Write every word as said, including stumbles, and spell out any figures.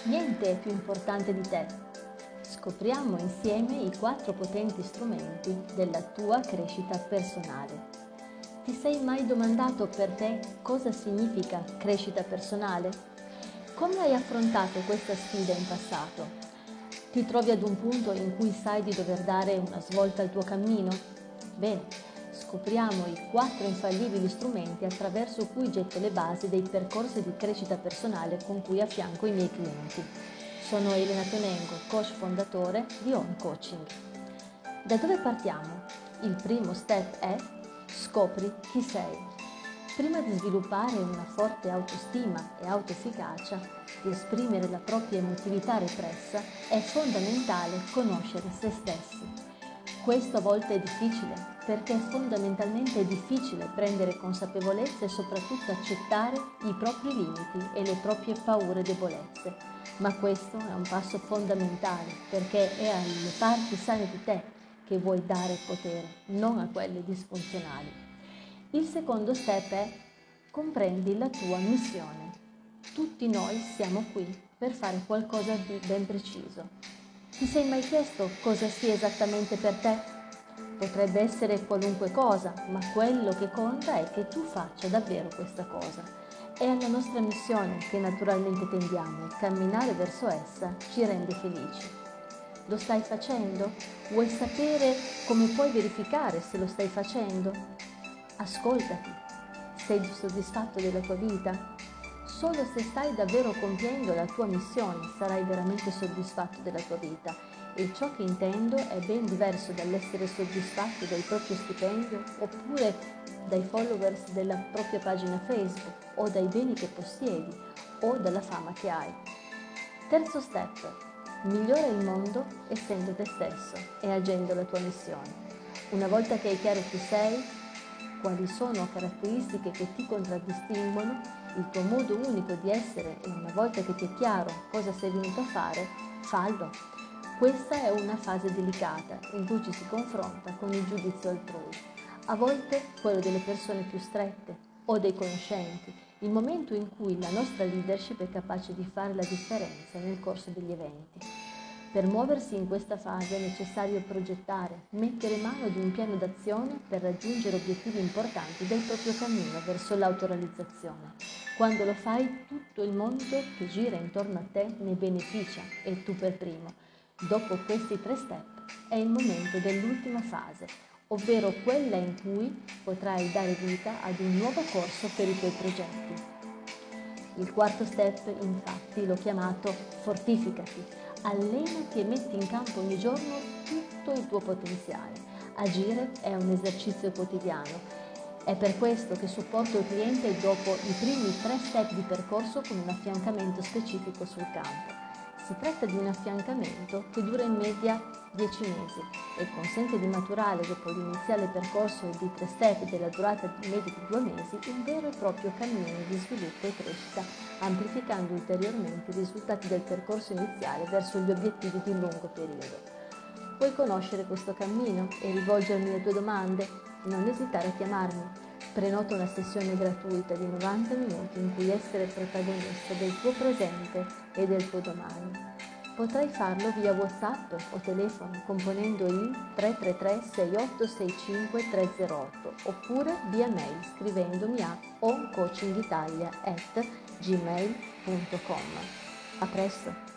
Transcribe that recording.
Niente è più importante di te. Scopriamo insieme i quattro potenti strumenti della tua crescita personale. Ti sei mai domandato per te cosa significa crescita personale? Come hai affrontato questa sfida in passato? Ti trovi ad un punto in cui sai di dover dare una svolta al tuo cammino? Bene, scopriamo i quattro infallibili strumenti attraverso cui getto le basi dei percorsi di crescita personale con cui affianco i miei clienti. Sono Elena Tonengo, coach fondatore di On Coaching. Da dove partiamo? Il primo step è scopri chi sei. Prima di sviluppare una forte autostima e autoefficacia, di esprimere la propria emotività repressa, è fondamentale conoscere se stessi. Questo a volte è difficile, perché è fondamentalmente difficile prendere consapevolezza e soprattutto accettare i propri limiti e le proprie paure e debolezze. Ma questo è un passo fondamentale, perché è alle parti sane di te che vuoi dare potere, non a quelle disfunzionali. Il secondo step è comprendi la tua missione. Tutti noi siamo qui per fare qualcosa di ben preciso. Ti sei mai chiesto cosa sia esattamente per te? Potrebbe essere qualunque cosa, ma quello che conta è che tu faccia davvero questa cosa. È alla nostra missione che naturalmente tendiamo e camminare verso essa ci rende felici. Lo stai facendo? Vuoi sapere come puoi verificare se lo stai facendo? Ascoltati. Sei soddisfatto della tua vita? Solo se stai davvero compiendo la tua missione sarai veramente soddisfatto della tua vita, e ciò che intendo è ben diverso dall'essere soddisfatto del proprio stipendio oppure dai followers della propria pagina Facebook o dai beni che possiedi o dalla fama che hai. Terzo step: migliora il mondo essendo te stesso e agendo la tua missione. Una volta che hai chiaro chi sei, quali sono caratteristiche che ti contraddistinguono, il tuo modo unico di essere, e una volta che ti è chiaro cosa sei venuto a fare, fallo. Questa è una fase delicata in cui ci si confronta con il giudizio altrui, a volte quello delle persone più strette o dei conoscenti, il momento in cui la nostra leadership è capace di fare la differenza nel corso degli eventi. Per muoversi in questa fase è necessario progettare, mettere mano ad un piano d'azione per raggiungere obiettivi importanti del proprio cammino verso l'autorealizzazione. Quando lo fai, tutto il mondo che gira intorno a te ne beneficia, e tu per primo. Dopo questi tre step è il momento dell'ultima fase, ovvero quella in cui potrai dare vita ad un nuovo corso per i tuoi progetti. Il quarto step, infatti, l'ho chiamato fortificati. Allenati e metti in campo ogni giorno tutto il tuo potenziale. Agire è un esercizio quotidiano. È per questo che supporto il cliente dopo i primi tre step di percorso con un affiancamento specifico sul campo. Si tratta di un affiancamento che dura in media dieci mesi e consente di maturare, dopo l'iniziale percorso di tre step della durata media di due mesi, un vero e proprio cammino di sviluppo e crescita, amplificando ulteriormente i risultati del percorso iniziale verso gli obiettivi di lungo periodo. Vuoi conoscere questo cammino e rivolgermi le tue domande? Non esitare a chiamarmi. Prenota una sessione gratuita di novanta minuti in cui essere protagonista del tuo presente e del tuo domani. Potrai farlo via WhatsApp o telefono componendo il tre tre tre sei otto sei cinque tre zero otto oppure via mail scrivendomi a oncoachingitalia at gmail punto com. A presto!